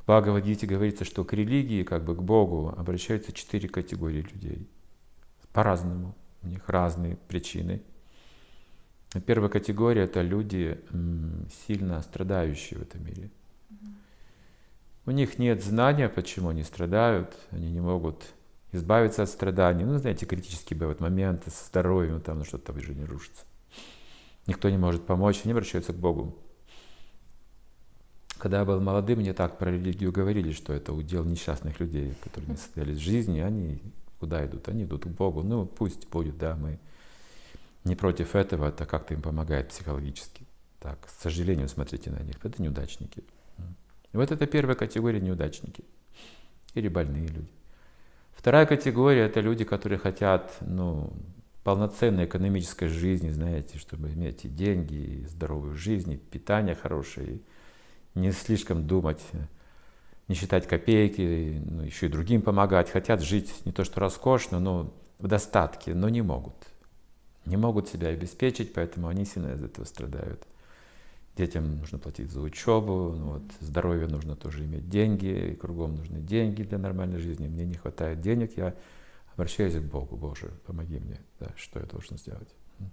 В Бхагавад-гите говорится, что к религии, как бы к Богу, обращаются 4 категории людей. По-разному. У них разные причины. Первая категория — это люди, сильно страдающие в этом мире. У них нет знания, почему они страдают, они не могут избавиться от страданий. Ну, знаете, критические бывают моменты со здоровьем, там что-то в жизни рушится. Никто не может помочь, они обращаются к Богу. Когда я был молодым, мне так про религию говорили, что это удел несчастных людей, которые не состоялись в жизни, они куда идут? Они идут к Богу. Ну, пусть будет, да, мы не против этого, это как-то им помогает психологически. Так, с сожалением смотрите на них, это неудачники. И вот это первая категория — неудачники или больные люди. Вторая категория — это люди, которые хотят, полноценной экономической жизни, знаете, чтобы иметь и деньги, и здоровую жизнь, и питание хорошее, и не слишком думать, не считать копейки, еще и другим помогать. Хотят жить не то что роскошно, но в достатке, но не могут. Не могут себя обеспечить, поэтому они сильно из этого страдают. Детям нужно платить за учебу, здоровье нужно тоже иметь деньги, и кругом нужны деньги для нормальной жизни. Мне не хватает денег, я обращаюсь к Богу: Боже, помоги мне, да, что я должен сделать.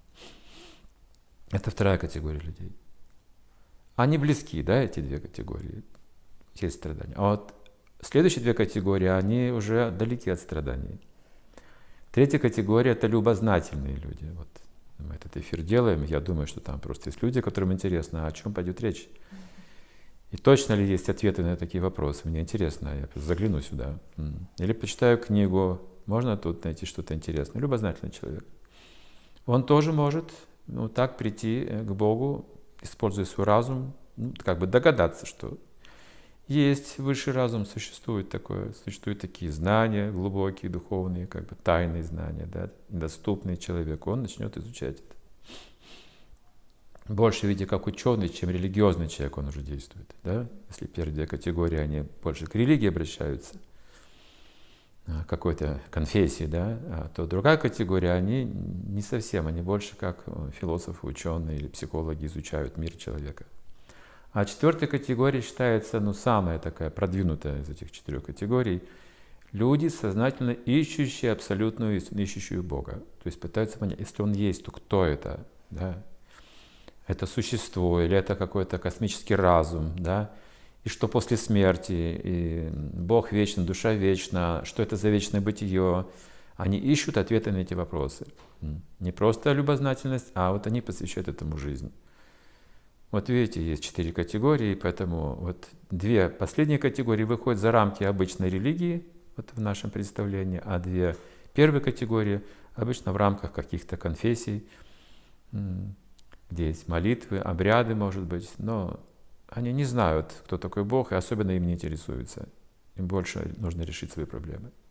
Это вторая категория людей. Они близки, да, эти две категории, есть страдания. А вот следующие две категории, они уже далеки от страданий. Третья категория — это любознательные люди. Вот мы этот эфир делаем, я думаю, что там просто есть люди, которым интересно, о чем пойдет речь. И точно ли есть ответы на такие вопросы? Мне интересно, я просто загляну сюда. Или почитаю книгу, можно тут найти что-то интересное. Любознательный человек. Он тоже может так прийти к Богу, используя свой разум, как бы догадаться, что есть высший разум, существует такие знания глубокие, духовные, как бы тайные знания, да, доступные человеку. Он начнет изучать это. Больше, видя, как ученый, чем религиозный человек, он уже действует. Да? Если первые две категории, они больше к религии обращаются, какой-то конфессии, да, то другая категория, они не совсем, они больше как философы, ученые или психологи изучают мир человека. А четвертая категория считается, самая такая продвинутая из этих 4 категорий. Люди, сознательно ищущие абсолютную истину, ищущие Бога. То есть пытаются понять, если Он есть, то кто это? Да? Это существо или это какой-то космический разум? Да? И что после смерти? И Бог вечен, душа вечна. Что это за вечное бытие? Они ищут ответы на эти вопросы. Не просто любознательность, а вот они посвящают этому жизнь. Вот видите, есть 4 категории, поэтому вот 2 последние категории выходят за рамки обычной религии, вот в нашем представлении, а 2 первые категории обычно в рамках каких-то конфессий, где есть молитвы, обряды, может быть, но они не знают, кто такой Бог, и особенно им не интересуются. Им больше нужно решить свои проблемы.